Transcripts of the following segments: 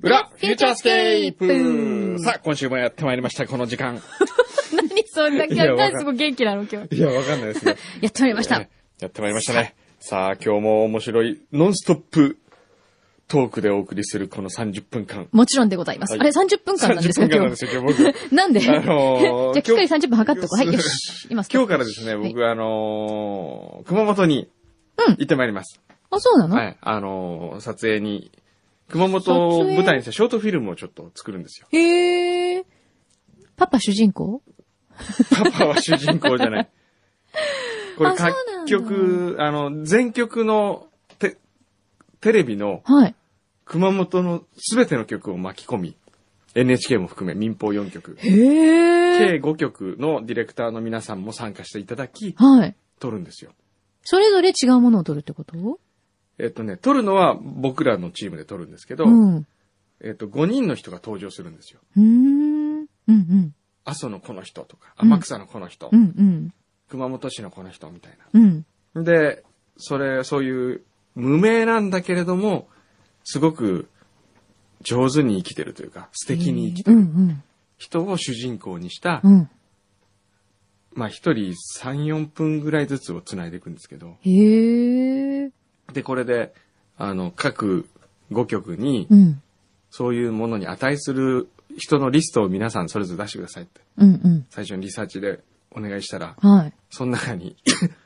裏フューチャースケープさあ、今週もやってまいりました、この時間。 何そんなキャラ、何すごい元気なの今日。 いや、わかんないですね。 やってまいりました。 やってまいりましたね。さあ、今日も面白いノンストップトークでお送りするこの30分間。 もちろんでございます。はい、あれ30分間なんですか？ 30分間なんですよ、今日僕。 なんでじゃあ、きっかり30分測っとこう。はい、よし。 今日からですね、僕、熊本に行ってまいります。 あ、そうなの？ はい。撮影に、熊本を舞台にしたショートフィルムをちょっと作るんですよ。 へー。パパ主人公？ パパは主人公じゃない。これ各局、全局のテレビの、熊本のすべての局を巻き込み、NHK も含め民放4局。 へー。 計5局のディレクターの皆さんも参加していただき、撮るんですよ。それぞれ違うものを撮るってこと？ 撮るのは僕らのチームで撮るんですけど、5人の人が登場するんですよ。阿蘇のこの人とか、天草のこの人、熊本市のこの人みたいな。で、そういう無名なんだけれども、すごく上手に生きてるというか、素敵に生きてる人を主人公にした、まあ一人3、4分ぐらいずつを繋いでいくんですけど、で、これで、各5局に、そういうものに値する人のリストを皆さんそれぞれ出してくださいって。最初にリサーチでお願いしたら、その中に、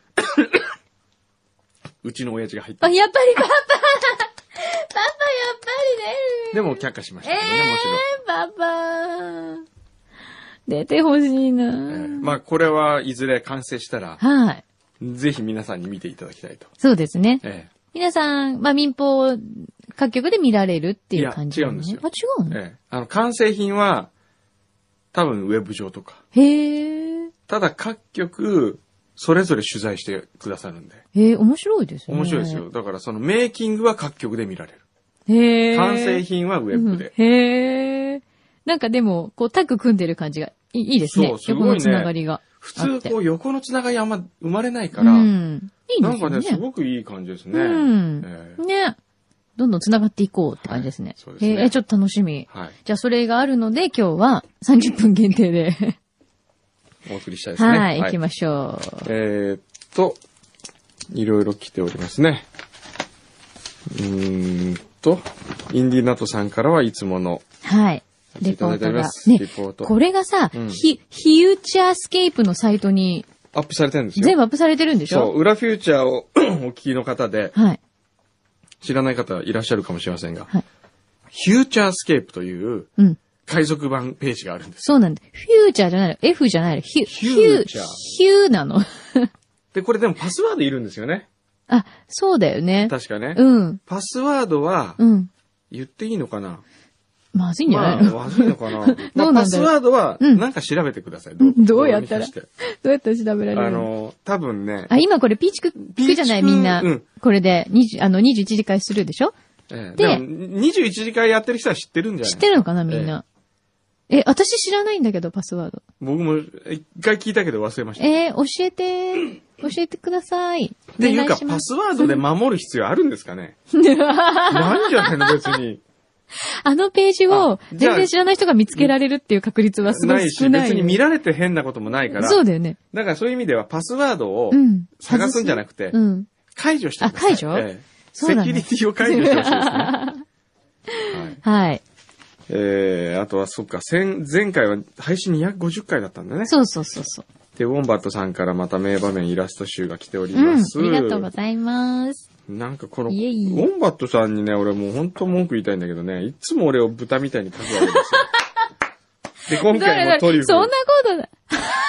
うちの親父が入って。 あ、やっぱりパパパパやっぱり出る。 でも却下しましたけどね、もちろん。 パパ。出てほしいな、 まあ、これはいずれ完成したら、ぜひ皆さんに見ていただきたいと。 そうですね。皆さん、まあ民放各局で見られるっていう感じ、 いや、違うんですよ。 あ、違うの？完成品は、多分ウェブ上とか。ただ各局、それぞれ取材してくださるんで。 面白いですね。 面白いですよ。だからそのメイキングは各局で見られる。完成品はウェブで。 なんかでも、こうタッグ組んでる感じがいいですね。 そう、すごいね。 横のつながりが。 普通、こう横のつながりあんま生まれないから、 いいですね。 なんかね、すごくいい感じですね。 ね。どんどんつながっていこうって感じですね。そうですね。ちょっと楽しみ。じゃあそれがあるので今日は30分限定でお送りしたいですね。 はい、行きましょう。いろいろ来ておりますね。インディナトさんからはいつもの。 レポートが。ね、これがさ、フューチャースケープのサイトに。 アップされてるんですよ。 全部アップされてるんでしょ？ そう、裏フューチャーをお聞きの方で。知らない方いらっしゃるかもしれませんが。フューチャースケープという。海賊版ページがあるんです。 そうなんだ。フューチャーじゃないの。F じゃないの。ヒューなの。 で、これでもパスワードいるんですよね。 あ、そうだよね。 確かね。パスワードは、言っていいのかな？ まずいんじゃないの？ まずいのかな？パスワードは、なんか調べてください。 どうやったら調べられる？ 多分ね。 あ、今これピーチクじゃないみんな。これで、21時間するでしょ？ で、21時間やってる人は知ってるんじゃない？ 知ってるのかなみんな。私知らないんだけど、パスワード。 僕も一回聞いたけど忘れました。 教えてください。 っていうか、パスワードで守る必要あるんですかね？ないんじゃないの別に。 あのページを全然知らない人が見つけられるっていう確率はすごい少ない。 別に見られて変なこともないから。 そうだよね。 だからそういう意味ではパスワードを探すんじゃなくて、解除してください。 解除？ セキュリティを解除してほしいですね。 はい。 あとはそっか、前回は配信250回だったんだね。 そう。 で、ウォンバットさんからまた名場面イラスト集が来ております。 ありがとうございます。 なんかこの、ウォンバットさんにね、俺もう本当文句言いたいんだけどね、いつも俺を豚みたいに書くわけですよ。で、今回もトリュフ。 そんなことだ。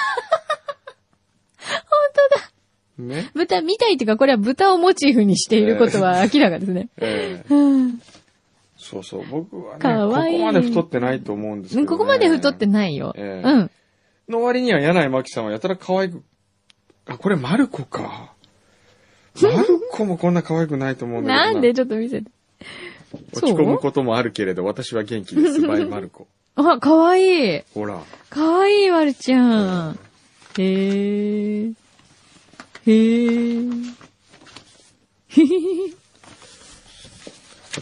本当だ。 ね。 豚みたいっていうか、これは豚をモチーフにしていることは明らかですね。 そう、僕はね、ここまで太ってないと思うんですけど、ね。 ここまで太ってないよ。 の割には柳井真紀さんはやたら可愛く、これマルコか。マルコもこんな可愛くないと思うんだけど。 なんでちょっと見せて。 落ち込むこともあるけれど、私は元気です。バイマルコ。 あ、可愛い。 ほら。 可愛い、まるちゃん。へえ。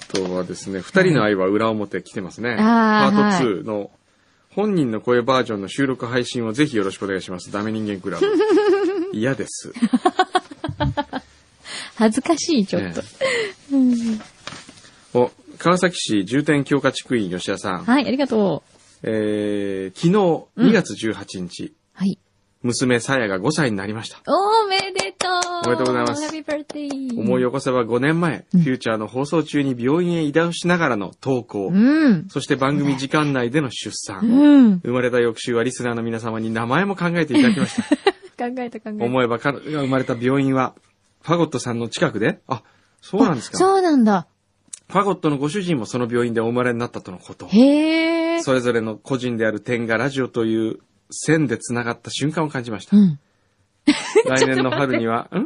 とはですね、二人の愛は裏表来てますね。パート2の本人の声バージョンの収録配信をぜひよろしくお願いします。ダメ人間クラブ。嫌です。 恥ずかしい、ちょっと。川崎市重点強化地区員吉田さん。 はい、ありがとう。昨日2月18日。 はい。 娘さやが5歳になりました。 おめでとう。 おめでとうございます。 ハッピーバースデー。 思い起こせば5年前、フューチャーの放送中に病院へ移動しながらの投稿、そして番組時間内での出産、生まれた翌週はリスナーの皆様に名前も考えていただきました。 考えた。 思えば彼が生まれた病院は、ファゴットさんの近くで、そうなんですか。 そうなんだ。 ファゴットのご主人もその病院でお生まれになったとのこと。 へー。 それぞれの個人である点がラジオという線で繋がった瞬間を感じました。来年の春には、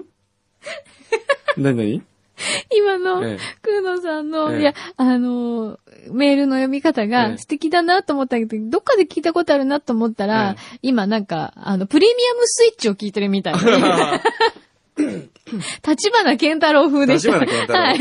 何今の、クーノさんの、いや、メールの読み方が素敵だなと思ったけど、どっかで聞いたことあるなと思ったら、今なんか、プレミアムスイッチを聞いてるみたいな。立花健太郎風でした。 立花健太郎。はい。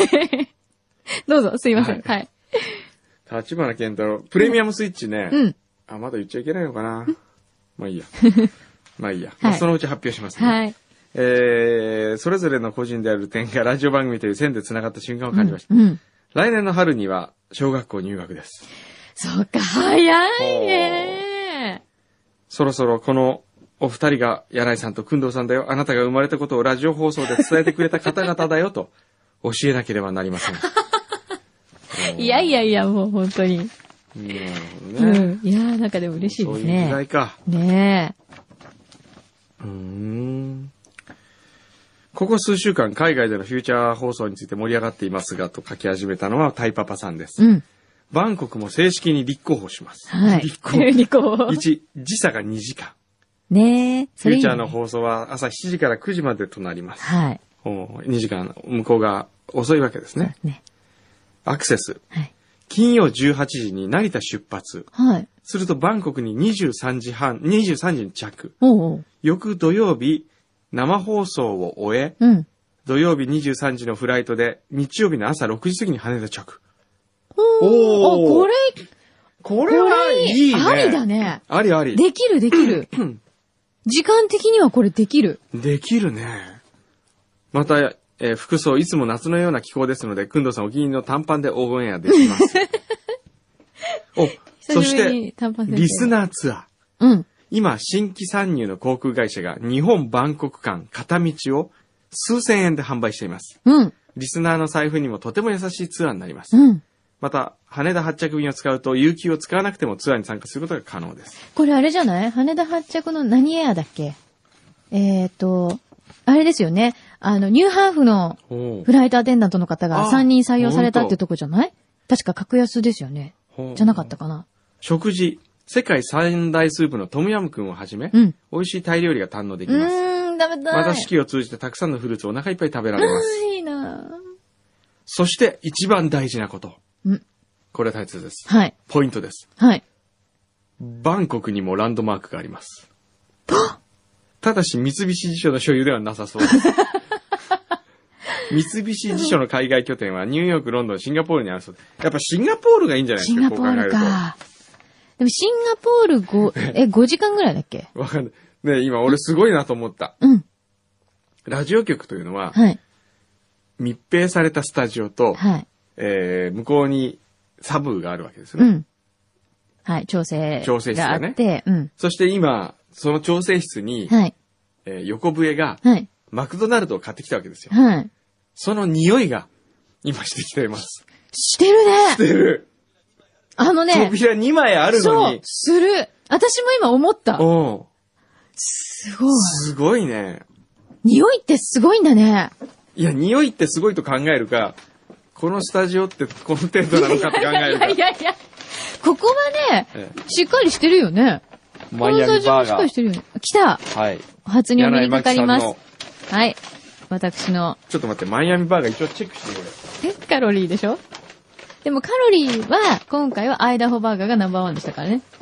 どうぞ、すいません。はい。 立花健太郎。プレミアムスイッチね。まだ言っちゃいけないのかな。まあいいや。そのうち発表しますね。はい。それぞれの個人である点がラジオ番組という線で繋がった瞬間を感じました。来年の春には小学校入学です。 そうか、早いね。 そろそろこのお二人が柳井さんと工藤さんだよ。あなたが生まれたことをラジオ放送で伝えてくれた方々だよと教えなければなりません。 いや、もう本当に。いやなんかでも嬉しいですね。そういう時代か。 ねえ。 ここ数週間海外でのフューチャー放送について盛り上がっていますがと書き始めたのはタイパパさんです。バンコクも正式に立候補します。 はい。立候補。 1、時差が2時間。 ねえ。 フューチャーの放送は朝7時から9時までとなります。 はい。 2時間向こうが遅いわけですね。アクセス。 はい。 金曜18時に成田出発。 はい。 するとバンコクに23時に着。翌土曜日、生放送を終え、土曜日23時のフライトで、日曜日の朝6時過ぎに羽田着。 これはいいね。 ありだね。 あり。 できる。時間的にはこれできる。 できるね。また、服装、いつも夏のような気候ですので、くんどさんお気に入りの短パンでオンエアできます。そして、リスナーツアー。今、新規参入の航空会社が日本バンコク間片道を数千円で販売しています。リスナーの財布にもとても優しいツアーになります。また、羽田発着便を使うと、有給を使わなくてもツアーに参加することが可能です。 これあれじゃない？羽田発着の何エアだっけ？あれですよね。ニューハーフのフライトアテンダントの方が3人採用されたっていうとこじゃない？確か格安ですよね。じゃなかったかな。 食事。世界三大スープのトムヤムクンをはじめ、美味しいタイ料理が堪能できます。 食べたい。 また四季を通じてたくさんのフルーツをお腹いっぱい食べられます。 いいな。 そして一番大事なこと。これは大切です。 はい。 ポイントです。 はい。 バンコクにもランドマークがあります。ただし三菱地所の所有ではなさそうです。三菱地所の海外拠点はニューヨーク、ロンドン、シンガポールにあるそうです。やっぱシンガポールがいいんじゃないですか、 シンガポールか。でもシンガポール5時間ぐらいだっけ？ わかんない。ね、今俺すごいなと思った。ラジオ局というのは、密閉されたスタジオと、向こうにサブがあるわけですね。 はい、調整室があって、 そして今、その調整室に、横笛が、マクドナルドを買ってきたわけですよ。その匂いが、今してきています。 してるね。 してる。扉2枚あるのに。 そう、する。私も今思った。すごい。 すごいね。 匂いってすごいんだね。 いや、匂いってすごいと考えるか、このスタジオってこの程度なのかって考えるか。 いや、ここはね、しっかりしてるよね。 マイアミバーガー。 しっかりしてるよね。来た。 はい。 初にお目にかかります。はい。私の。 ちょっと待って、マイアミバーガー一応チェックしてくれ。 カロリーでしょ？でもカロリーは、今回はアイダホバーガーがナンバーワンでしたからね。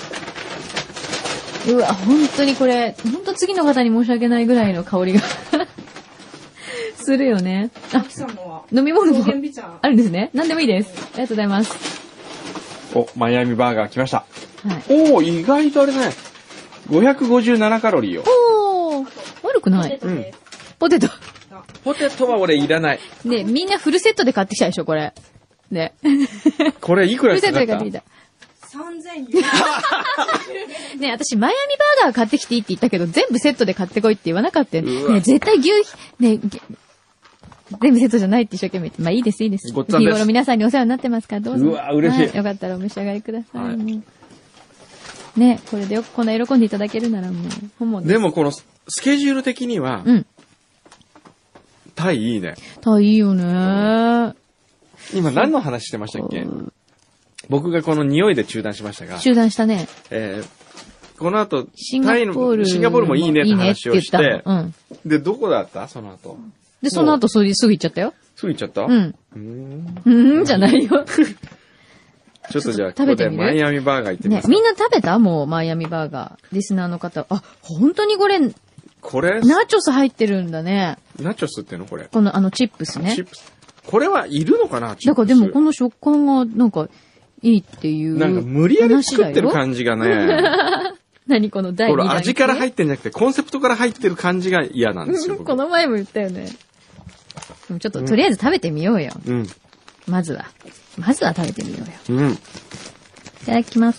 うわ、本当にこれ、本当次の方に申し訳ないぐらいの香りが。すするよね。あ、飲み物もあるんですね。何でもいいです。ありがとうございます。 お、マイアミバーガー来ました。 はい、 おー、意外とあれね、557カロリーよ。 おー、悪くない。 うん。 ポテト。 ポテトは俺いらない。 ね、みんなフルセットで買ってきたでしょ、これ。ね。 これいくらですか？ フルセットで買ってきた。3400ね、私、マイアミバーガー買ってきていいって言ったけど、全部セットで買ってこいって言わなかったよ。ね、絶対ね、全部セットじゃないって一生懸命言って。まあいいです、いいです。 ごっつぁんです。 日頃皆さんにお世話になってますから、どうぞ。 うわ、嬉しい、 はい。よかったらお召し上がりください。 はい、 ね、これでよくこんな喜んでいただけるならもう、本望です。 でもこのスケジュール的には、 うん。 タイいいね。 タイいいよね。 今何の話してましたっけ？僕がこの匂いで中断しましたが。 中断したね。 この後、 シンガポールもいいねって話をして、 うん。 で、どこだったその後。 で、その後すぐ行っちゃったよ。 すぐ行っちゃった？ うん。じゃないよ。 ちょっとじゃあ、ここでマイアミバーガー行ってみます。 ね、みんな食べた？もう、マイアミバーガー。リスナーの方。あ、本当にこれナチョス入ってるんだね。 ナチョスってのこれ。 このチップスね。 チップス。これはいるのかな？チップス。 だからでもこの食感がなんかいいっていう。 なんか無理やり作ってる感じがね。 何この第2弾。 これ味から入ってんじゃなくて、コンセプトから入ってる感じが嫌なんですよ。 この前も言ったよね。でもちょっととりあえず食べてみようよ。 うん。 まずは食べてみようよ。 うん。 いただきます。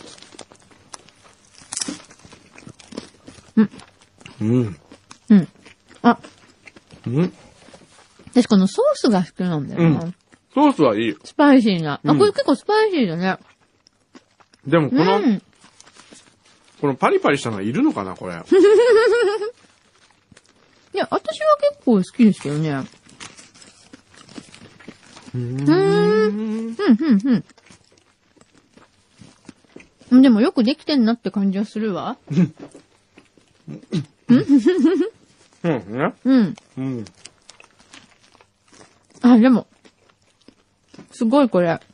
うん。 うん。 うん。あ。 うん。 私このソースが好きなんだよな。 うん。ソースはいい。 スパイシーな。あ、これ結構スパイシーだね。 でもこのパリパリしたのはいるのかなこれ。いや、私は結構好きですけどね。でもよくできてんなって感じはするわ。 ね。 うん。あ、でも、すごいこれ。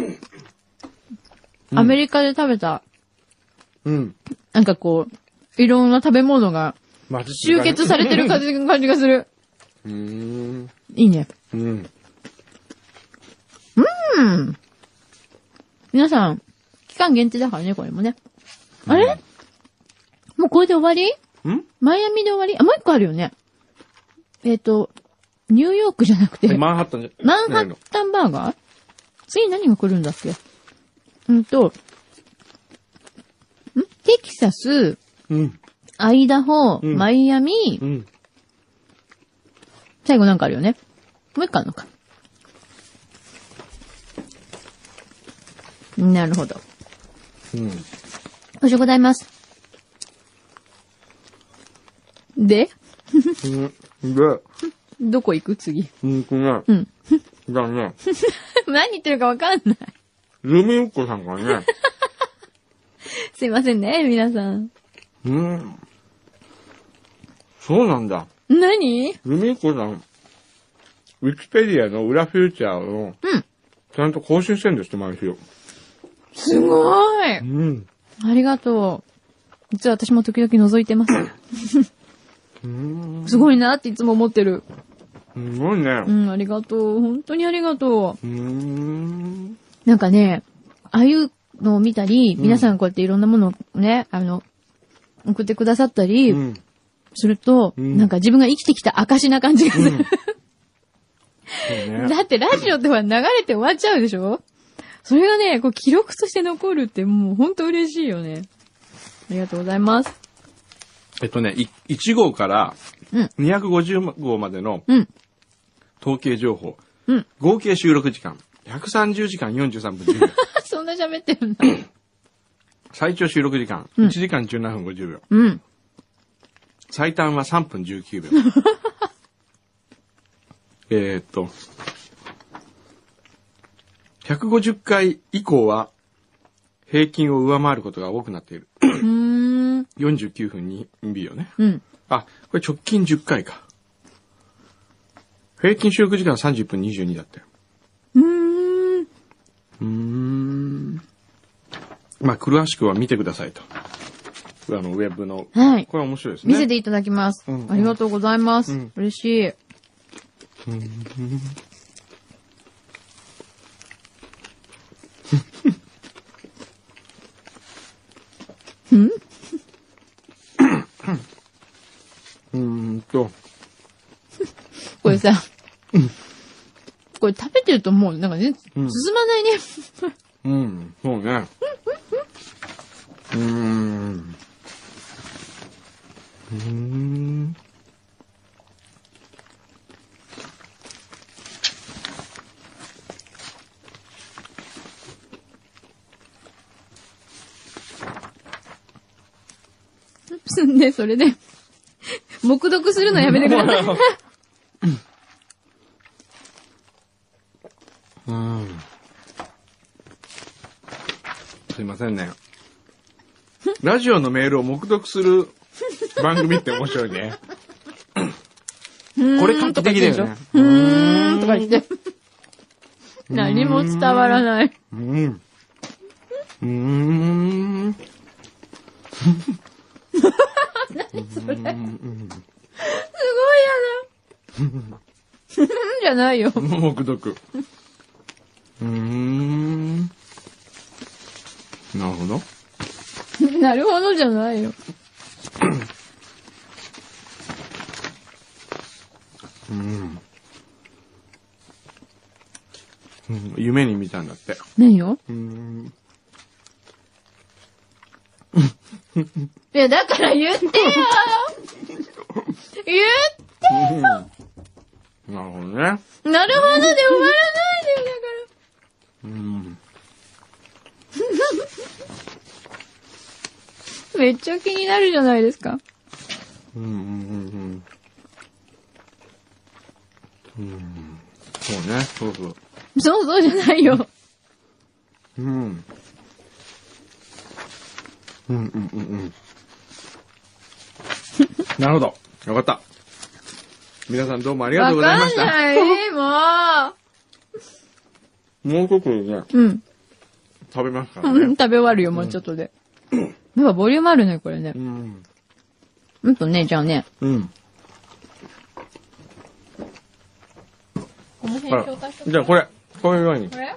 アメリカで食べた、なんかこう、いろんな食べ物が集結されてる感じがする。いいね。皆さん、期間限定だからね、これもね。あれ？もうこれで終わり？マイアミで終わり？あ、もう一個あるよね。ニューヨークじゃなくて。 マンハッタンバーガー？次何が来るんだっけ？テキサス、アイダホ、マイアミ、最後なんかあるよね。もう一個あるのか。なるほど。おはようございます。でどこ行く次。 だね。 何言ってるかわかんない。 ルミウッコさんからね。 すいませんね、皆さん。 そうなんだ。 何？ ルミウッコさん、ウィキペディアの裏フューチャーを、ちゃんと更新してんですって、毎週。 すごい。ありがとう。実は私も時々覗いてます。すごいなっていつも思ってる。 すごいね。 ありがとう。本当にありがとう。なんかね、ああいうのを見たり、皆さんこうやっていろんなものをね、送ってくださったり、すると、なんか自分が生きてきた証な感じがする。だってラジオっては流れて終わっちゃうでしょ？それがね、こう記録として残るってもうほんと嬉しいよね。ありがとうございます。 1号から250号までの統計情報、合計収録時間、130時間43分10秒。 そんな喋ってるんだ。 最長収録時間、1時間17分50秒。最短は3分19秒。150回以降は平均を上回ることが多くなっている。49分2秒ね。あ、これ直近10回か。平均収録時間は30分22だったよ。まあ、詳しくは見てくださいと。ウェブの。 はい。 これ面白いですね。 見せていただきます。ありがとうございます。嬉しい。 これさ、これ食べてるともうなんかね、進まないね。 そうね。 で、それで、黙読するのやめてください。 すいませんね。ラジオのメールを黙読する番組って面白いね。これ画期的だよね。 とか言って。何も伝わらない。何それ。すごいやな。じゃないよ。 黙読。なるほど。 なるほどじゃないよ。 夢に見たんだって。 何を？いや、だから言ってよ言ってよなるほどね。 なるほどで終わらないでよ、だから。めっちゃ気になるじゃないですか。 そうね、そうそう。 そうそうじゃないよ。 なるほど。よかった。皆さんどうもありがとうございました。 わかんないもう一個ね。食べますからね。 食べ終わるよ、もうちょっとで。やっぱボリュームあるね、これね。ね、じゃあね。この辺紹介しとく。 じゃあこれいうように。 これ？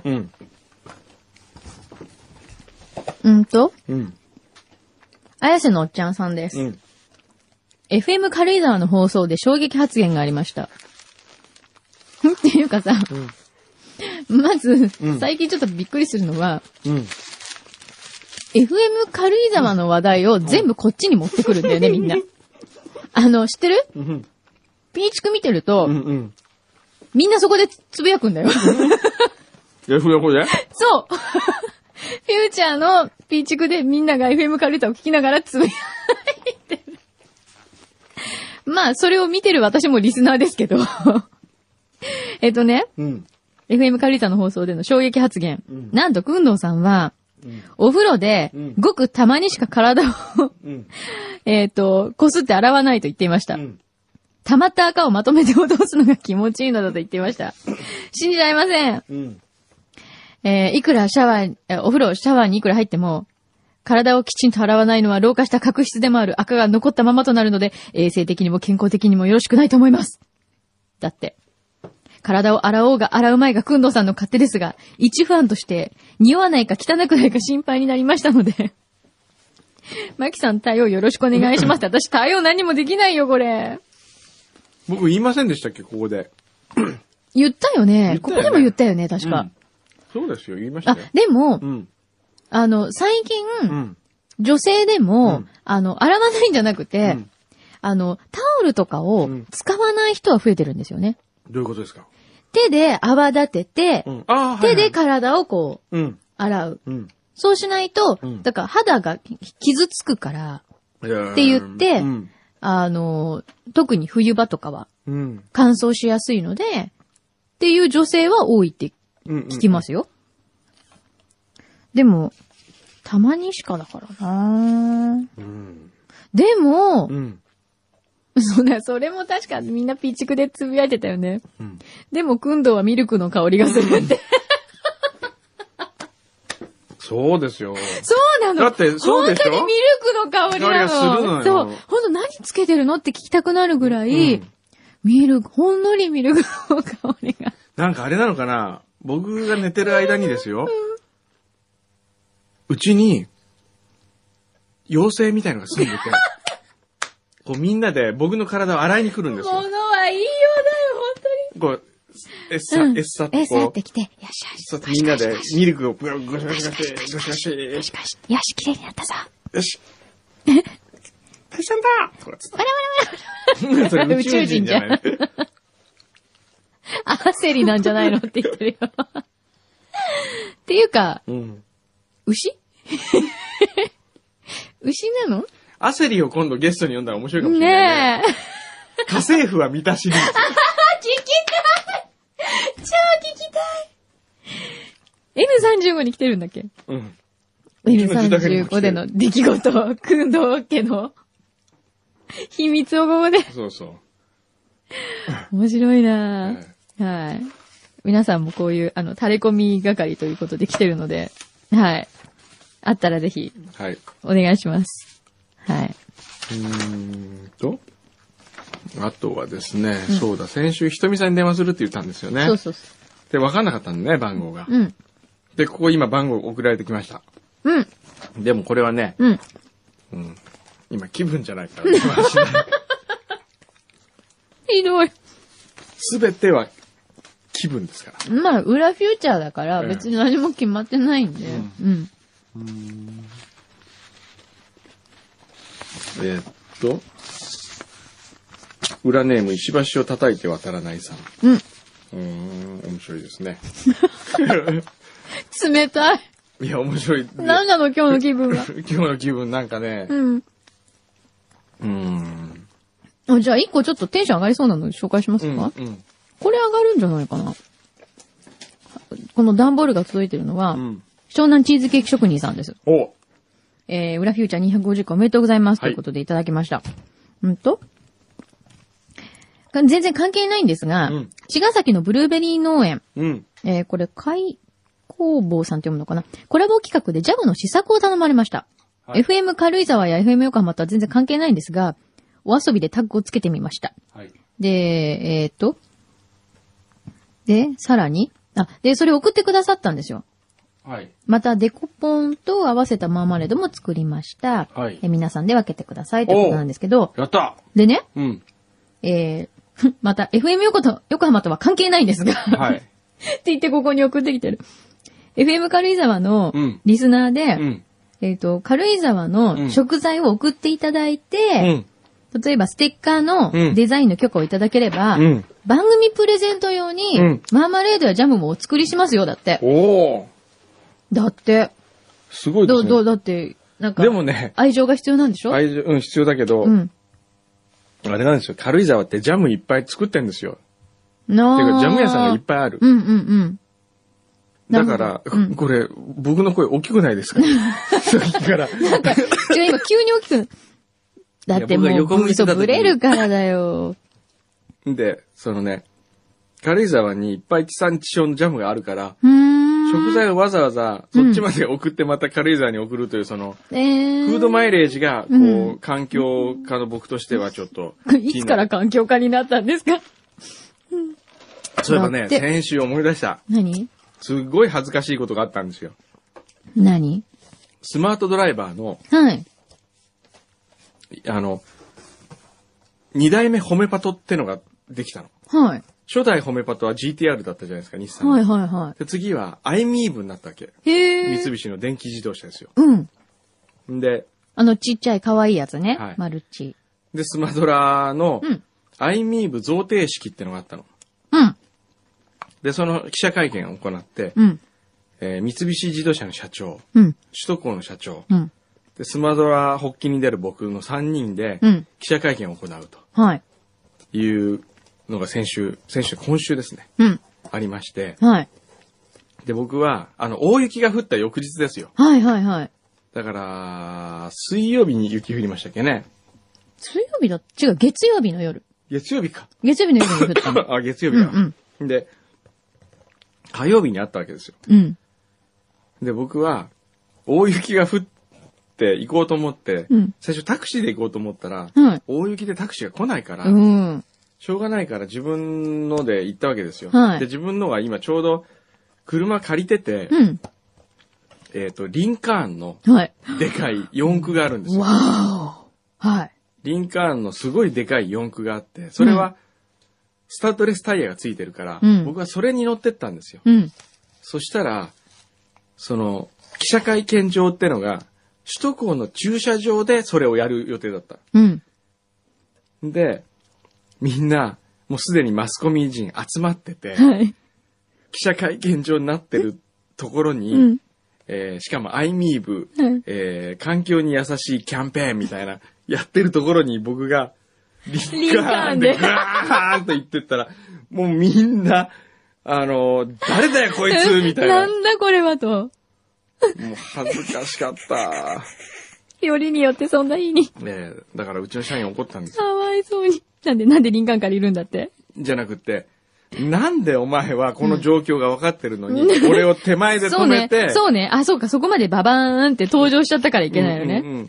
綾瀬のおっちゃんさんです。FM 軽井沢の放送で衝撃発言がありました。っていうかさ、まず、最近ちょっとびっくりするのは、FM 軽井沢の話題を全部こっちに持ってくるんだよね、みんな。知ってる？ピーチク見てると、みんなそこでつぶやくんだよ。 FM で？ そうフューチャーのピーチクでみんなが FM 軽井沢を聞きながらつぶやいてる。まあ、それを見てる私もリスナーですけど。FM 軽井沢の放送での衝撃発言。なんと、くんどうさんは、お風呂で、ごくたまにしか体を、こすって洗わないと言っていました。溜まった赤をまとめて落とすのが気持ちいいのだと言っていました。信じられません。いくらお風呂、シャワーにいくら入っても、体をきちんと洗わないのは老化した角質でもある赤が残ったままとなるので、衛生的にも健康的にもよろしくないと思います。だって。体を洗おうが洗う前がくんどうさんの勝手ですが、一ファンとして、匂わないか汚くないか心配になりましたので。マキさん対応よろしくお願いしますって。私対応何もできないよ、これ。 僕言いませんでしたっけ、ここで。 言ったよね。ここでも言ったよね、確か。 そうですよ、言いましたね。 でも、最近、女性でも、洗わないんじゃなくて、タオルとかを使わない人は増えてるんですよね。 どういうことですか？ 手で泡立てて、手で体をこう、洗う。そうしないと、だから肌が傷つくから、って言って、特に冬場とかは、乾燥しやすいので、っていう女性は多いって聞きますよ。でも、たまにしかだからな、でも、それも確かみんなピーチクでつぶやいてたよね。でも、くんどうはミルクの香りがするって。 そうですよ。 そうなの。 だって、そうでしょ？ 本当にミルクの香りなの。 香りがするのよ。 そう。本当何つけてるのって聞きたくなるぐらい、 ほんのりミルクの香りが。 なんかあれなのかな、僕が寝てる間にですよ。うちに、妖精みたいのが住んでて、こうみんなで僕の体を洗いに来るんですよ。 物はいいようだよ、本当に。 こう、エッサってこう。 エッサってきて、よしよし。 みんなでミルクをゴシゴシゴシゴシゴシゴシ。 よし、綺麗になったぞ。 よし。大ちゃんだとかつって。それ宇宙人じゃない。 アセリなんじゃないのって言ってるよ。っていうか、牛牛なの？ アセリを今度ゲストに呼んだら面白いかもしれないね。ねえ。家政婦は満たしに。聞きたい！ 超聞きたい！ N35 に来てるんだっけ？ うん。 N35 での出来事、工藤家の秘密をここで。 そうそう。 面白いなぁ。はい。皆さんもこういう、垂れ込み係ということで来てるので、はい。あったらぜひ、 はい。 お願いします。はい。 あとはですね、そうだ、先週ひとみさんに電話するって言ったんですよね。 そうそうそう。 で、わかんなかったんだね、番号が。 うん。 で、ここ今番号送られてきました。 うん。 でもこれはね、 うん。 うん。今気分じゃないから電話しない。 ひどい。 すべては気分ですから。 まあ、裏フューチャーだから別に何も決まってないんで。うん。 裏ネーム石橋を叩いて渡らないさん。面白いですね。 冷たい。 いや、面白い。 何なの今日の気分は。 今日の気分なんかね。 じゃあ一個ちょっとテンション上がりそうなので紹介しますか？これ上がるんじゃないかな。この段ボールが届いてるのは、湘南チーズケーキ職人さんです。裏フューチャー250個おめでとうございます。ということでいただきました。全然関係ないんですが、茅ヶ崎のブルーベリー農園。これ、海工房さんって読むのかな？コラボ企画でジャムの試作を頼まれました。FM 軽井沢や FM 横浜とは全然関係ないんですが、お遊びでタッグをつけてみました。で、さらに、それを送ってくださったんですよ。また、デコポンと合わせたマーマレードも作りました。皆さんで分けてくださいということなんですけど。 やった！ でね、また、FM 横浜とは関係ないんですが、って言ってここに送ってきてる。FM 軽井沢のリスナーで、軽井沢の食材を送っていただいて、例えばステッカーのデザインの許可をいただければ、番組プレゼント用に、マーマレードやジャムもお作りしますよ、だって。だって。 すごいですね。 だって、なんか、 でもね、 愛情が必要なんでしょ？ 愛情、必要だけど、あれなんですよ、軽井沢ってジャムいっぱい作ってんですよ。てか、ジャム屋さんがいっぱいある。だから、これ、僕の声大きくないですか？さっきから。 なんか、今急に大きく、だってもう、ブレるからだよ。 で、軽井沢にいっぱい地産地消のジャムがあるから、食材をわざわざそっちまで送ってまた軽井沢に送るという、フードマイレージが、こう、環境家の僕としてはちょっと。 いつから環境家になったんですか？ そういえばね、先週思い出した。 何？ すっごい恥ずかしいことがあったんですよ。 何？ スマートドライバーの、2代目ホメパトってのができたの。初代ホメパトは GTR だったじゃないですか、日産。で、次は iMeave になったわけ。三菱の電気自動車ですよ。で、 ちっちゃい可愛いやつね。マルチ。 で、スマドラの iMeave 贈呈式ってのがあったの。で、その記者会見を行って、三菱自動車の社長、首都高の社長、でスマドラ発起に出る僕の3人で記者会見を行うというのが今週ですね、ありまして、で、僕は、大雪が降った翌日ですよ。だから、水曜日に雪降りましたっけね。 水曜日違う、月曜日の夜。 月曜日か。 月曜日の夜に降ったの。 月曜日だ。で、火曜日にあったわけですよ。で、僕は、大雪が降って行こうと思って、最初タクシーで行こうと思ったら、大雪でタクシーが来ないから、 しょうがないから自分ので行ったわけですよ。 はい。 で、自分のは今ちょうど車借りてて、 うん。 リンカーンのでかい四駆があるんですよ。 わー。はい。 リンカーンのすごいでかい四駆があって、それはスタッドレスタイヤがついてるから、 うん、 僕はそれに乗ってったんですよ。 うん。 そしたら、記者会見場ってのが、首都高の駐車場でそれをやる予定だった。 うん。 で、みんな、もうすでにマスコミ人集まってて、 はい。 記者会見場になってるところに、 うんしかもアイミーブ、環境に優しいキャンペーンみたいな、やってるところに僕が、リンカーンでガーンと言ってったら、もうみんな、誰だよこいつみたいな。 なんだこれはと。 もう恥ずかしかった。 よりによってそんな日に。 だからうちの社員怒ったんですよ。かわいそうに。なんでリンカーン借りるんだって。 じゃなくて、なんでお前はこの状況が分かってるのに、俺を手前で止めて。 そうね。あ、そうか、そこまでババーンって登場しちゃったからいけないよね。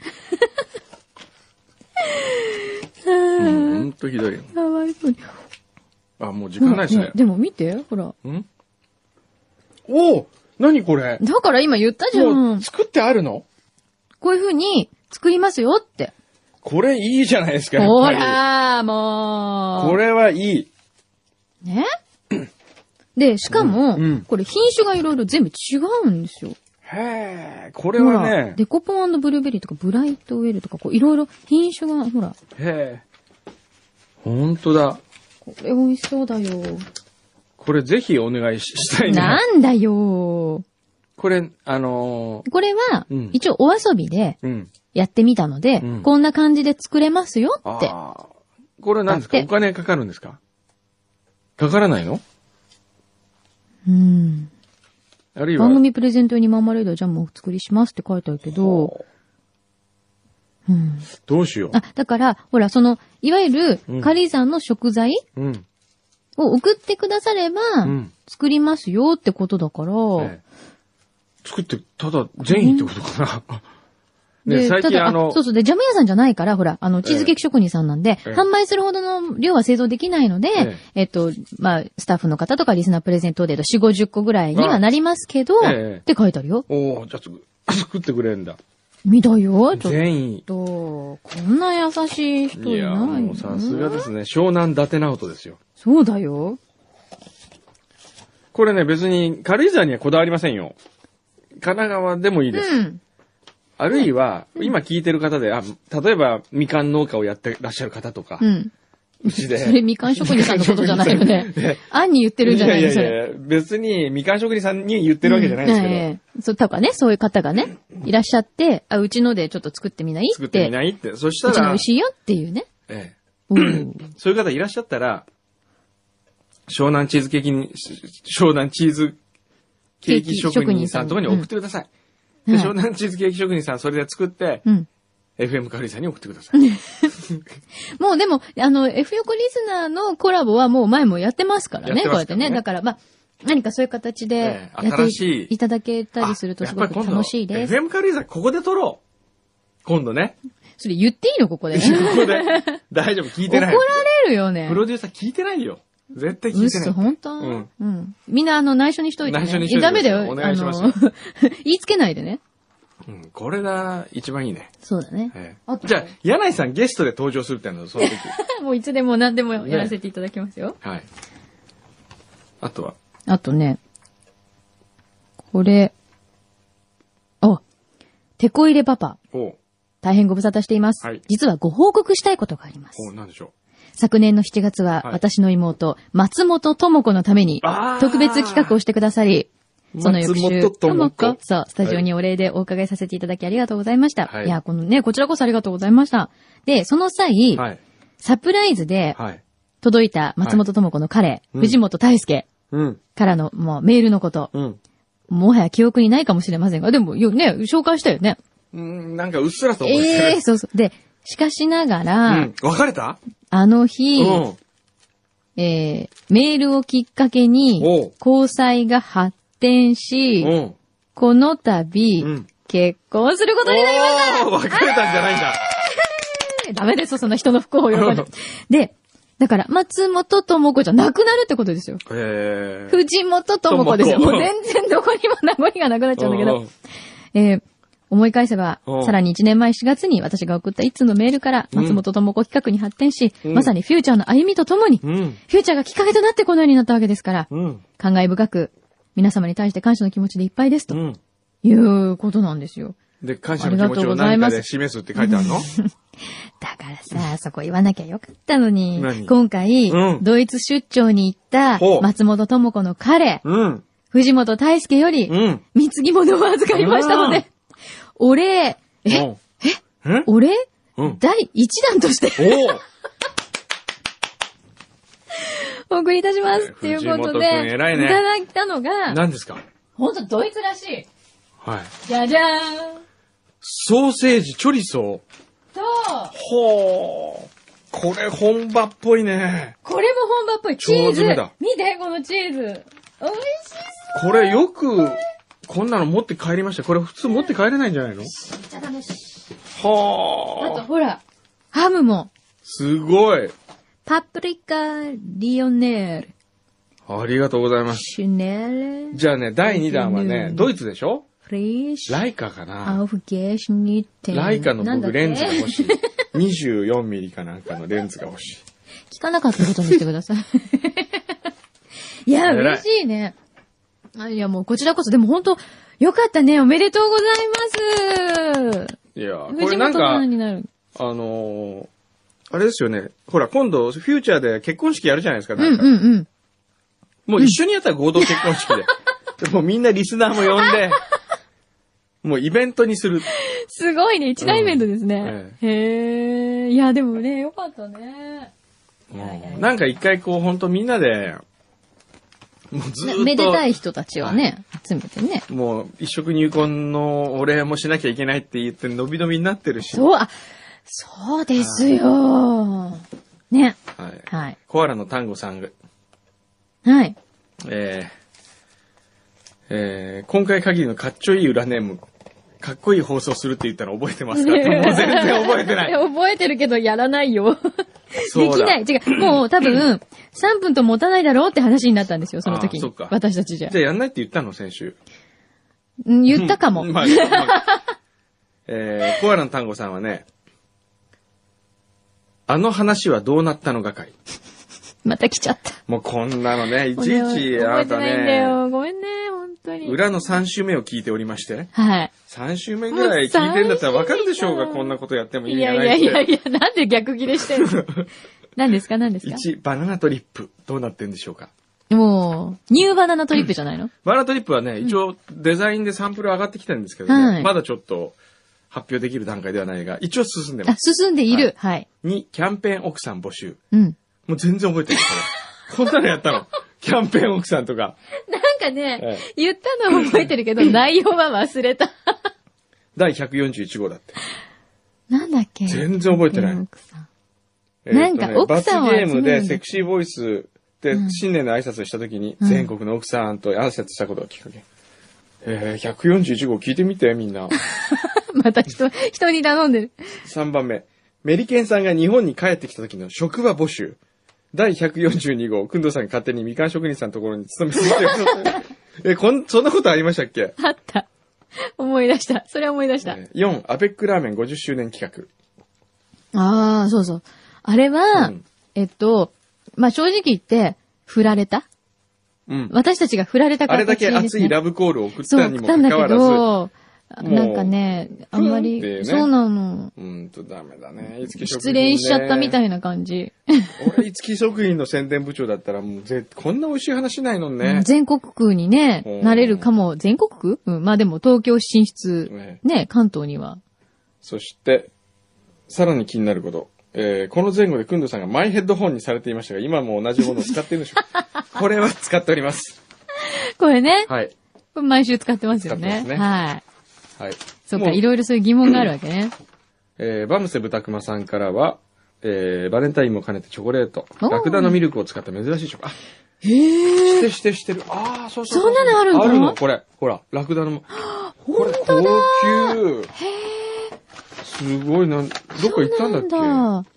ほんとひどいよ。 かわいそうに。 あ、もう時間ないですね。 でも見て、ほら。 おお、何これ。 だから今言ったじゃん。 作ってあるの？ こういう風に作りますよって。 これいいじゃないですか。 ほら、もう。 これはいい。 ね？で、しかも、これ品種がいろいろ全部違うんですよ。 へえ、これはね。 デコポン&ブルーベリーとかブライトウェルとか、こういろいろ品種が、ほら。 へえ。ほんとだ。 これ美味しそうだよ。 これぜひお願いしたいね。 なんだよ。 これ、 これは、一応お遊びで、やってみたので、こんな感じで作れますよって。 これ何ですか？お金かかるんですか？かからないの？あるいは番組プレゼント用にマーマレードジャムをお作りしますって書いてあるけど、 どうしよう。 だから、ほら、いわゆる、軽井沢の食材を送ってくだされば、作りますよってことだから、 作って、ただ、善意ってことかな。 で、最近そうそう。で、ジャム屋さんじゃないから、ほら、チーズケーキ職人さんなんで、販売するほどの量は製造できないので、まあ、スタッフの方とかリスナープレゼントで4、50個ぐらいにはなりますけど、って書いてあるよ。 おー、じゃあ作ってくれるんだ。 見だよ、ちょっと。 善意。 こんな優しい人いない。いや、 もうさすがですね。湘南伊達直人ですよ。 そうだよ。 これね、別に軽井沢にはこだわりませんよ。神奈川でもいいです。あるいは、今聞いてる方で、例えば、みかん農家をやってらっしゃる方とか、うちで。 それみかん職人さんのことじゃないよね。案に言ってるんじゃないですか。 いや、別にみかん職人さんに言ってるわけじゃないですけど。とかね、そういう方がね、いらっしゃって、うちのでちょっと作ってみないって。 作ってみないって。そしたら。 うちの美味しいよっていうね。 そういう方いらっしゃったら、湘南チーズケーキ職人さんとかに送ってください。で、湘南チーズケーキ職人さんそれで作って、FM カリーさんに送ってください。 もうでも、F 横リスナーのコラボはもう前もやってますからね、こうやってね。だからまあ、何かそういう形でやっていただけたりするとすごく楽しいです。 FM カリーさんここで撮ろう。今度ね。 それ言っていいのここで。 ここで。大丈夫、聞いてない。 怒られるよね。 プロデューサー聞いてないよ。絶対聞いてない。 本当？みんな内緒にしといてね。内緒にしといて。ダメだよ。 お願いします。 言いつけないでね。 これが一番いいね。 そうだね。 じゃあ、柳井さんゲストで登場するってのはその時。 もういつでも何でもやらせていただきますよ。 はい。あとは？ あとね、これ、テコ入れパパ。大変ご無沙汰しています。実はご報告したいことがあります。 何でしょう？ 昨年の7月は、私の妹、松本智子のために、特別企画をしてくださり、その翌週、智子、そう、スタジオにお礼でお伺いさせていただきありがとうございました。いや、こちらこそありがとうございました。で、その際、サプライズで、届いた松本智子の彼、藤本大輔からのメールのこと、もはや記憶にないかもしれませんが、でも、ね、紹介したよね。 なんかうっすらと覚えてる。 そうそう。で、しかしながら、 別れた？ あの日、メールをきっかけに、交際が発展し、この度、結婚することになりました。 別れたんじゃないんだ。 ダメですよ、そんな人の不幸を喜んで。で、 だから、松本智子じゃなくなるってことですよ。藤本智子ですよ。もう全然どこにも名残がなくなっちゃうんだけど。思い返せば、さらに1年前4月に私が送った一通のメールから松本智子企画に発展し、まさにフューチャーの歩みとともに、フューチャーがきっかけとなってこのようになったわけですから、感慨深く皆様に対して感謝の気持ちでいっぱいですと、いうことなんですよ。 で、感謝の気持ちを何かで示すって書いてあるの？ だからさ、そこ言わなきゃよかったのに、今回、ドイツ出張に行った松本智子の彼、藤本大輔より、貢ぎ物を預かりましたので、お礼、お礼、第1弾として、お送りいたします。っていうことで、いただいたのが、 何ですか？ ほんとドイツらしい。 はい。 じゃじゃーん。 ソーセージ、チョリソー。 そう。 ほー。これ本場っぽいね。 これも本場っぽい。チーズ。見て、このチーズ。美味しそう。これよく、こんなの持って帰りました。これ普通持って帰れないんじゃないの？はあとほら、ハムも。 すごい。 パプリカリオネール。ありがとうございます。 シュネル。 じゃあね、第2弾はね、ドイツでしょ？ フリッシュ。 ライカかな？ ライカの僕レンズが欲しい。24ミリかなんかのレンズが欲しい。 聞かなかったことにしてください。いや、嬉しいね。いや、もうこちらこそ、でも本当よかったね。おめでとうございます。 いや、これなんか、あれですよね。ほら、今度、フューチャーで結婚式やるじゃないですか。なんかもう一緒にやったら合同結婚式で。もうみんなリスナーも呼んで、もうイベントにする。 すごいね。一大イベントですね。へー。いや、でもね、よかったね。 なんか一回こう、ほんとみんなで、もうずっと。 めでたい人たちをね、集めてね。 もう、一色入魂のお礼もしなきゃいけないって言って、のびのびになってるし。 そうですよ。ね。 はい。コアラの単語さんが。 はい。 今回限りのかっちょいい裏ネーム、かっこいい放送するって言ったの覚えてますか？もう全然覚えてない。 覚えてるけどやらないよ。できない。違う。もう多分、3分と持たないだろうって話になったんですよ、その時に。私たちじゃ。 じゃあやんないって言ったの、先週。 言ったかも。 コアラの単語さんはね、あの話はどうなったのかかい。 また来ちゃった。 もうこんなのね、いちいちあなたね。覚えてないんだよ。ごめんね、本当に。裏の3週目を聞いておりまして。 はい。 3週目ぐらい聞いてんだったらわかるでしょうが、こんなことやっても意味がない。 いや、なんで逆切れしてるの？何ですか ?1、バナナトリップ。どうなってんでしょうか？ もう、ニューバナナトリップじゃないの？ バナナトリップはね、一応デザインでサンプル上がってきてるんですけどね。まだちょっと発表できる段階ではないが、一応進んでます。 進んでいる。はい。 2、キャンペーン奥さん募集。もう全然覚えてない。こんなのやったの。キャンペーン奥さんとか。 なんかね、言ったのは覚えてるけど、内容は忘れた。 第141号だって。 なんだっけ？ 全然覚えてない。 なんか奥さんは。 罰ゲームでセクシーボイスで新年の挨拶をしたときに、全国の奥さんと挨拶したことがきっかけ。141号聞いてみて、みんな。 また人に頼んでる。 3番目。メリケンさんが日本に帰ってきた時の職場募集。第142号、くんどうさんが勝手にみかん職人さんのところに勤めてる。そんなことありましたっけ？ あった。思い出した。それは思い出した。 4、アペックラーメン50周年企画。 ああ、そうそう。あれは、まあ、正直言って、振られた。私たちが振られたから、ね。あれだけ熱いラブコールを送ったにもかかわらず。 なんかね、あんまり、ね、そうなの。 ダメだね。いつき職人、ね。 失恋しちゃったみたいな感じ。 俺、いつき職人の宣伝部長だったら、もうこんな美味しい話ないのね。 全国区にね、なれるかも。全国区？まあでも東京進出、ね、関東には。 そして、さらに気になること。この前後でくんどさんがマイヘッドホンにされていましたが、今も同じものを使っているんでしょうこれは使っております。 これね。 はい。 これ毎週使ってますよね。 使ってますね。 はい。 はい。 そっか、いろいろそういう疑問があるわけね。 バムセブタクマさんからは、バレンタインも兼ねてチョコレート。ラクダのミルクを使った珍しいチョコ。してる。ああ、そう。 そんなのあるんだ。 あるのこれ。ほら、ラクダの。 これ高級。 すごいな。どっか行ったんだっけ？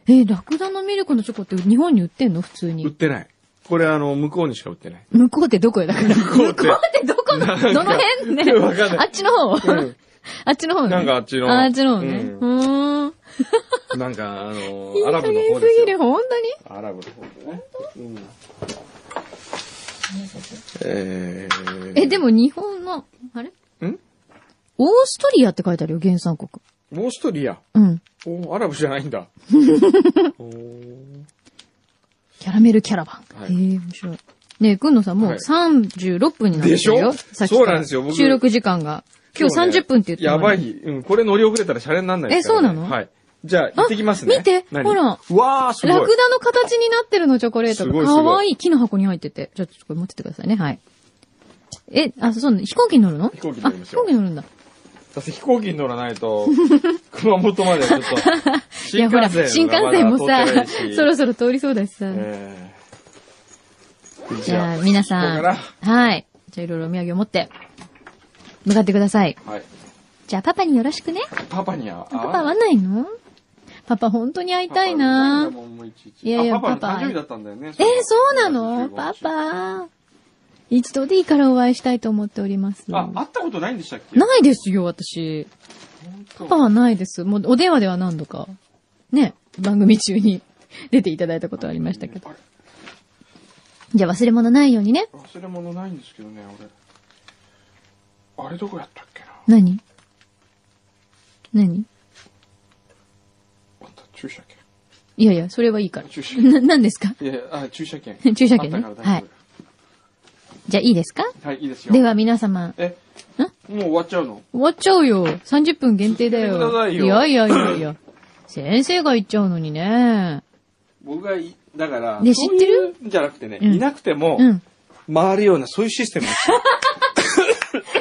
ラクダのミルクのチョコって日本に売ってんの普通に。 売ってない。これ向こうにしか売ってない。 向こうってどこよだから。向こうってどこの、どの辺ね。 わかんない。 あっちの方、あっちの方ね。 なんかあっちの。 あっちの方ね。 なんかアラブの方ですよ。すぎる、本当にアラブの方でね。 でも日本の、あれオーストリアって書いてあるよ、原産国。 オーストリアアラブじゃないんだ。 キャラメルキャラバン。面白い。ねえ、くんのさんもう36分になってるよ。 でしょ？そうなんですよ、僕。 収録時間が。今日30分って言ってやばい。これ乗り遅れたらシャレになんないですからね。 そうなの？ はい。じゃあ、行ってきますね。 見てほら。 うわー、すごい。 ラクダの形になってるの、チョコレートが。かわいい。木の箱に入ってて。じゃあ、ちょっとこれ持ってってくださいね。はい。そうなの？飛行機に乗るの？ 飛行機に乗りますよ。 飛行機に乗るんだ。 だって飛行機に乗らないと、熊本までちょっと、新幹線新幹線もさ、そろそろ通りそうだしさ。じゃあ、皆さん。はい。じゃあ、いろいろお土産を持って、向かってください。はい。じゃあ、パパによろしくね。 パパにはパパ会わないの？パパ本当に会いたいな。 いやいや、パパ。誕生日だったんだよね。 そうなの？パパ。一度でいいからお会いしたいと思っております。 会ったことないんでしたっけ？ ないですよ、私。パパはないです。もう、お電話では何度か、ね、番組中に出ていただいたことはありましたけど。じゃあ忘れ物ないようにね。 忘れ物ないんですけどね、俺。あれどこやったっけな。 何あった、駐車券。 いやいや、それはいいから。何ですか？ いやいや、駐車券。 駐車券ね。はい。じゃあいいですか？ はい、いいですよ。 では皆様。 もう終わっちゃうの？ 終わっちゃうよ。30分限定だよ。いやいやいやいや。先生が言っちゃうのにね。 僕がだから、 知ってる？ じゃなくてね、いなくても、回るようなそういうシステムです。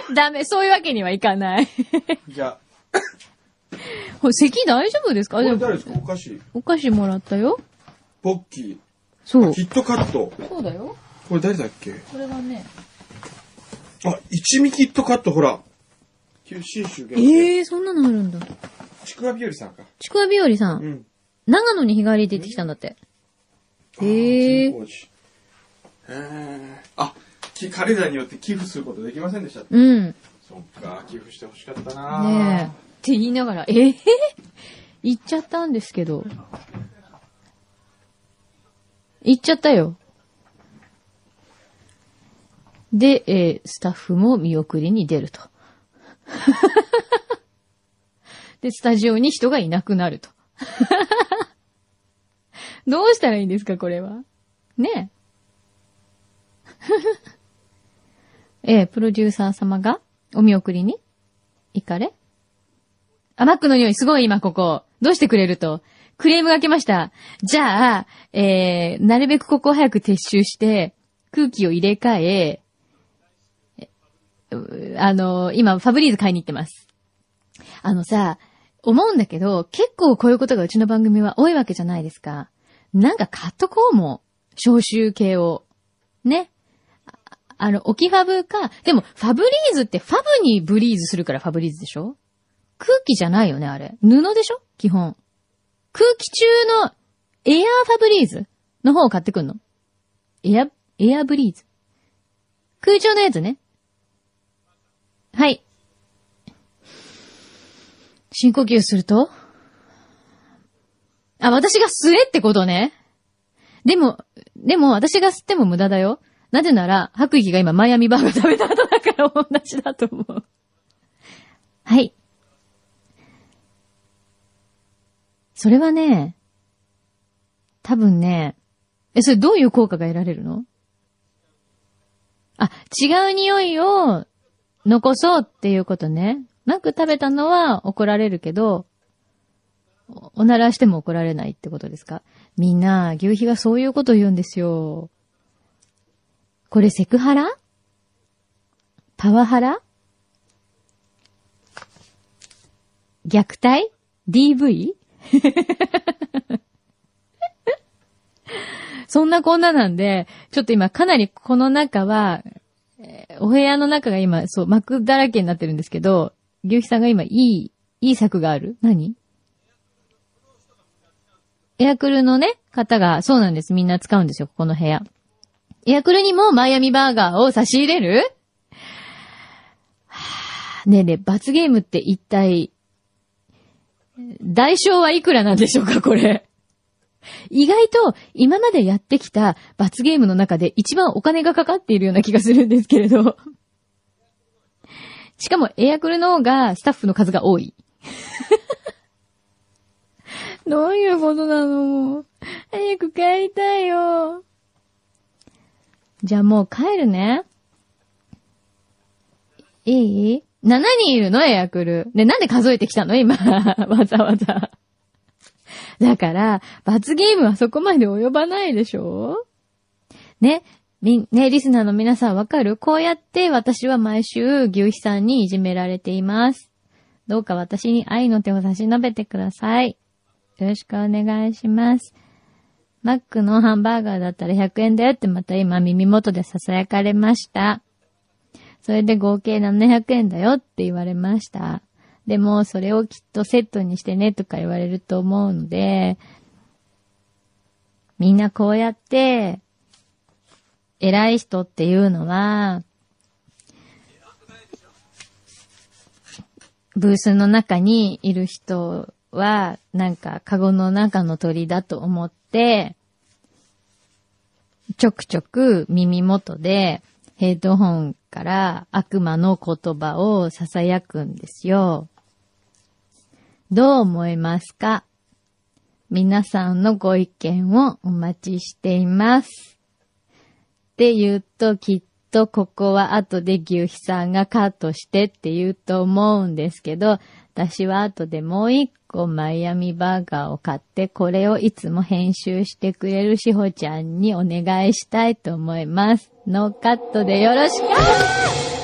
ダメ、そういうわけにはいかない。 じゃあ。席大丈夫ですか？ これ誰ですか？お菓子。 お菓子もらったよ。 ポッキー。 そう。 キットカット。 そうだよ。 これ誰だっけ？ これはね。 一味キットカット、ほら。新州限定。 そんなのあるんだ。 ちくわ日和さんか。 ちくわ日和さん。長野に日帰りで行ってきたんだって。 彼らによって寄付することできませんでした。そっか、寄付してほしかったな。 ねえ。って言いながら、行っちゃったんですけど。行っちゃったよ。で、スタッフも見送りに出ると。で、スタジオに人がいなくなると。どうしたらいいんですか、これは。ねえ。プロデューサー様がお見送りに行かれ？マックの匂いすごい今ここ。どうしてくれると。クレームが来ました。じゃあ、なるべくここを早く撤収して、空気を入れ替え、今、ファブリーズ買いに行ってます。思うんだけど、結構こういうことがうちの番組は多いわけじゃないですか。なんか買っとこうも。消臭系を。ね。置きファブか。でも、ファブリーズってファブにブリーズするからファブリーズでしょ？空気じゃないよね、あれ。布でしょ？基本。空気中のエアーファブリーズの方を買ってくんの？エアブリーズ。空調のやつね。はい。深呼吸すると？私が吸えってことね。でも私が吸っても無駄だよ。なぜなら、白衣が今マイアミバーガー食べた後だから同じだと思う。はい。それはね、多分ね、それどういう効果が得られるの？違う匂いを残そうっていうことね。マック食べたのは怒られるけど、おならしても怒られないってことですか？みんな、牛皮はそういうこと言うんですよ。これセクハラ？パワハラ？虐待？ DV？ そんなこんななんで、ちょっと今かなりこの中は、お部屋の中が今、マックだらけになってるんですけど、牛皮さんが今いい策がある？何？ エアクルのね、方が、そうなんです。みんな使うんですよ、ここの部屋。エアクルにもマイアミバーガーを差し入れる？ねえねえ、罰ゲームって一体、代償はいくらなんでしょうか、これ。意外と今までやってきた罰ゲームの中で一番お金がかかっているような気がするんですけれど。しかもエアクルの方がスタッフの数が多い。どういうことなの？早く帰りたいよ。じゃあもう帰るね。いい？ 7 人いるのエアクル。で、なんで数えてきたの今。わざわざ。だから、罰ゲームはそこまで及ばないでしょ？ね、リスナーの皆さんわかる？こうやって私は毎週牛肥さんにいじめられています。どうか私に愛の手を差し伸べてください。よろしくお願いします。マックのハンバーガーだったら100円だよってまた今耳元で囁かれました。それで合計700円だよって言われました。でもそれをきっとセットにしてねとか言われると思うので、みんなこうやって偉い人っていうのはブースの中にいる人はなんかカゴの中の鳥だと思ってちょくちょく耳元でヘッドホンから悪魔の言葉を囁くんですよ。どう思いますか？皆さんのご意見をお待ちしています。って言うときっとここは後で牛肥さんがカットしてって言うと思うんですけど、私は後でもう一個マイアミバーガーを買ってこれをいつも編集してくれるしほちゃんにお願いしたいと思います。ノーカットでよろしく。